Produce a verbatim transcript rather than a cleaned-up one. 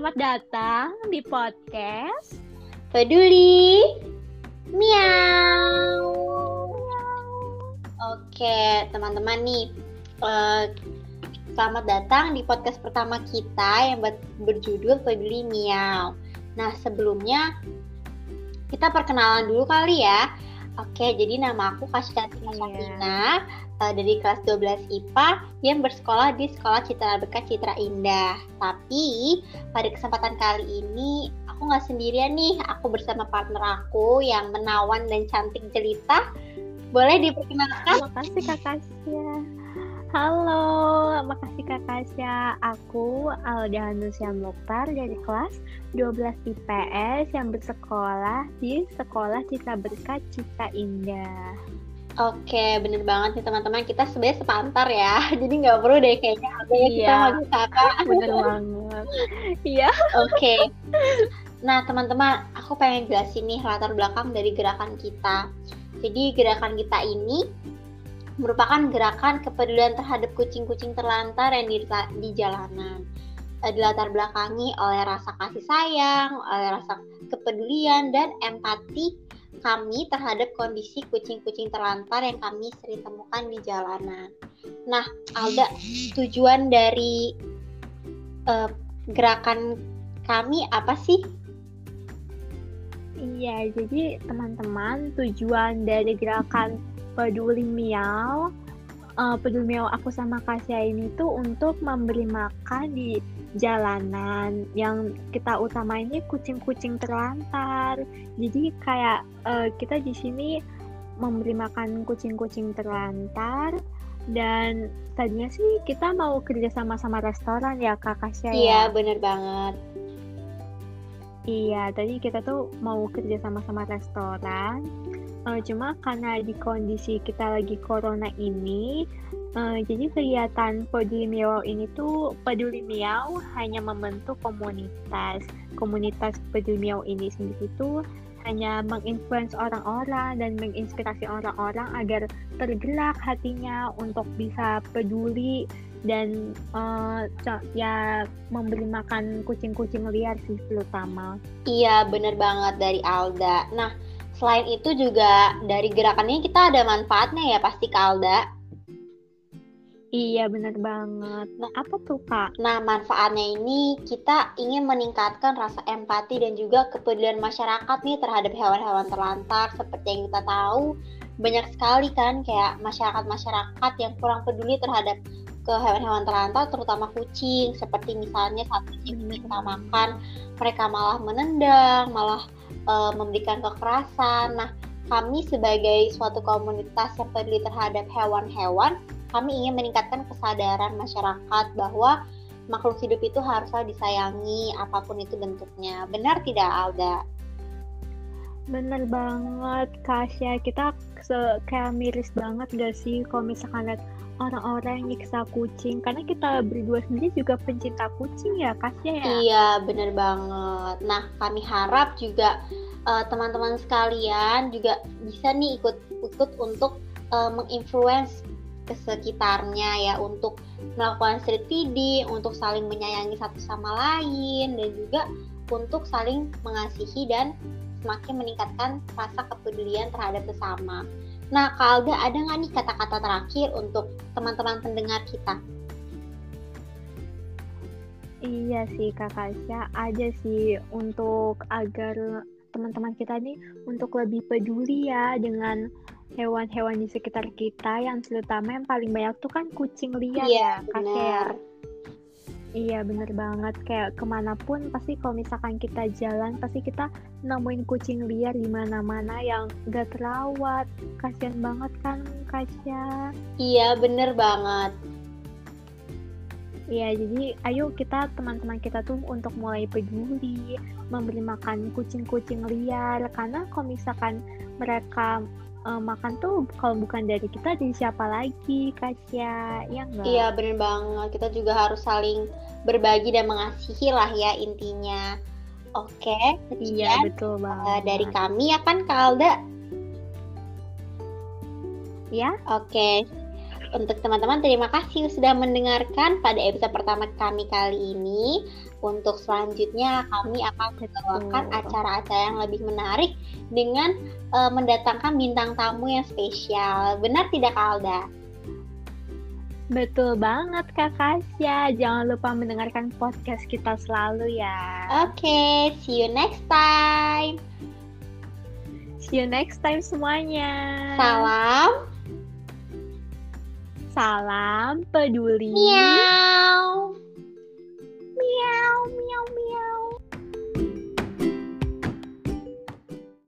Selamat datang di podcast Peduli Miau. Oke, teman-teman nih, uh, selamat datang di podcast pertama kita yang ber- berjudul Peduli Miau. Nah, sebelumnya kita perkenalan dulu kali ya. Oke, jadi nama aku Kasyatina Safina, uh, dari kelas dua belas I P A yang bersekolah di Sekolah Citra Berkah Citra Indah. Tapi pada kesempatan kali ini aku nggak sendirian nih, aku bersama partner aku yang menawan dan cantik jelita. Boleh diperkenalkan? Makasih Kak Kasya. Halo, makasih Kak Kasya. Aku Alda Hanusia Mokhtar dari kelas dua belas I P S yang bersekolah di Sekolah Citra Berkah Citra Indah. Oke, bener banget nih teman-teman. Kita sebenarnya sepantar ya. Jadi nggak perlu deh kayaknya ada ya kita manggil kakak. Bener banget. Iya. Oke. Nah teman-teman, aku pengen jelasin nih latar belakang dari gerakan kita. Jadi gerakan kita ini merupakan gerakan kepedulian terhadap kucing-kucing terlantar yang di, di jalanan. Dilatar belakangi oleh rasa kasih sayang, oleh rasa kepedulian dan empati kami terhadap kondisi kucing-kucing terlantar yang kami sering temukan di jalanan. Nah, Alda, tujuan dari uh, gerakan kami apa sih? Iya, jadi teman-teman, tujuan dari gerakan Peduli Miau, uh, Peduli Miau aku sama Kasya ini tuh untuk memberi makan di jalanan. Yang kita utamain ini kucing-kucing terlantar. Jadi kayak uh, kita di sini memberi makan kucing-kucing terlantar. Dan tadinya sih kita mau kerja sama sama restoran ya Kak Kasya ya. Iya, bener banget. Iya, tadi kita tuh mau kerja sama-sama restoran, uh, cuma karena di kondisi kita lagi corona ini, uh, jadi kegiatan Peduli Miau ini tuh Peduli Miau hanya membentuk komunitas. Komunitas Peduli Miau ini sendiri tuh hanya menginfluence orang-orang dan menginspirasi orang-orang agar tergerak hatinya untuk bisa peduli dan uh, ya memberi makan kucing-kucing liar sih terutama. Iya, bener banget dari Alda. Nah, selain itu juga dari gerakan ini kita ada manfaatnya ya pasti Kak Alda. Iya, bener banget. Nah, apa tuh Kak? Nah, manfaatnya ini kita ingin meningkatkan rasa empati dan juga kepedulian masyarakat nih terhadap hewan-hewan terlantar. Seperti yang kita tahu, banyak sekali kan kayak masyarakat-masyarakat yang kurang peduli terhadap ke hewan-hewan terlantar, terutama kucing. Seperti misalnya saat kucing kita makan, mereka malah menendang, malah e, memberikan kekerasan. Nah, kami sebagai suatu komunitas yang peduli terhadap hewan-hewan, kami ingin meningkatkan kesadaran masyarakat bahwa makhluk hidup itu haruslah disayangi apapun itu bentuknya. Benar tidak, Alda? Bener banget, Kasya. Kita se- kayak miris banget gak sih kalau misalkan lihat orang-orang yang nyiksa kucing, karena kita berdua sendiri juga pencinta kucing ya Kasya ya? Iya, bener banget. Nah, kami harap juga uh, teman-teman sekalian juga bisa nih ikut-ikut untuk uh, menginfluence ke sekitarnya ya, untuk melakukan street feeding, untuk saling menyayangi satu sama lain, dan juga untuk saling mengasihi dan semakin meningkatkan rasa kepedulian terhadap sesama. Nah, Kak Alda, ada nggak nih kata-kata terakhir untuk teman-teman pendengar kita? Iya sih Kak Kasya, ada sih untuk agar teman-teman kita nih untuk lebih peduli ya dengan hewan-hewan di sekitar kita, yang terutama yang paling banyak tuh kan kucing liar Iya, ya Kak ya. Iya bener banget, kayak kemanapun pasti kalau misalkan kita jalan pasti kita nemuin kucing liar di mana-mana yang gak terawat. Kasian banget kan Kasya. Iya bener banget. Iya, jadi ayo kita teman-teman kita tuh untuk mulai peduli, memberi makan kucing-kucing liar, karena kalau misalkan mereka Uh, makan tuh kalau bukan dari kita, dari siapa lagi Kasya, ya enggak? Iya bener banget, kita juga harus saling berbagi dan mengasihi lah ya intinya. Oke, sekian iya, betul banget. Uh, dari kami ya kan Kak Alda? Ya. Oke, untuk teman-teman, terima kasih sudah mendengarkan pada episode pertama kami kali ini. Untuk selanjutnya kami akan membawakan acara-acara yang lebih menarik dengan uh, mendatangkan bintang tamu yang spesial. Benar tidak, Kak Alda? Betul banget, Kak Kasya. Jangan lupa mendengarkan podcast kita selalu ya. Oke, okay, see you next time. See you next time semuanya. Salam. Salam peduli. Miau.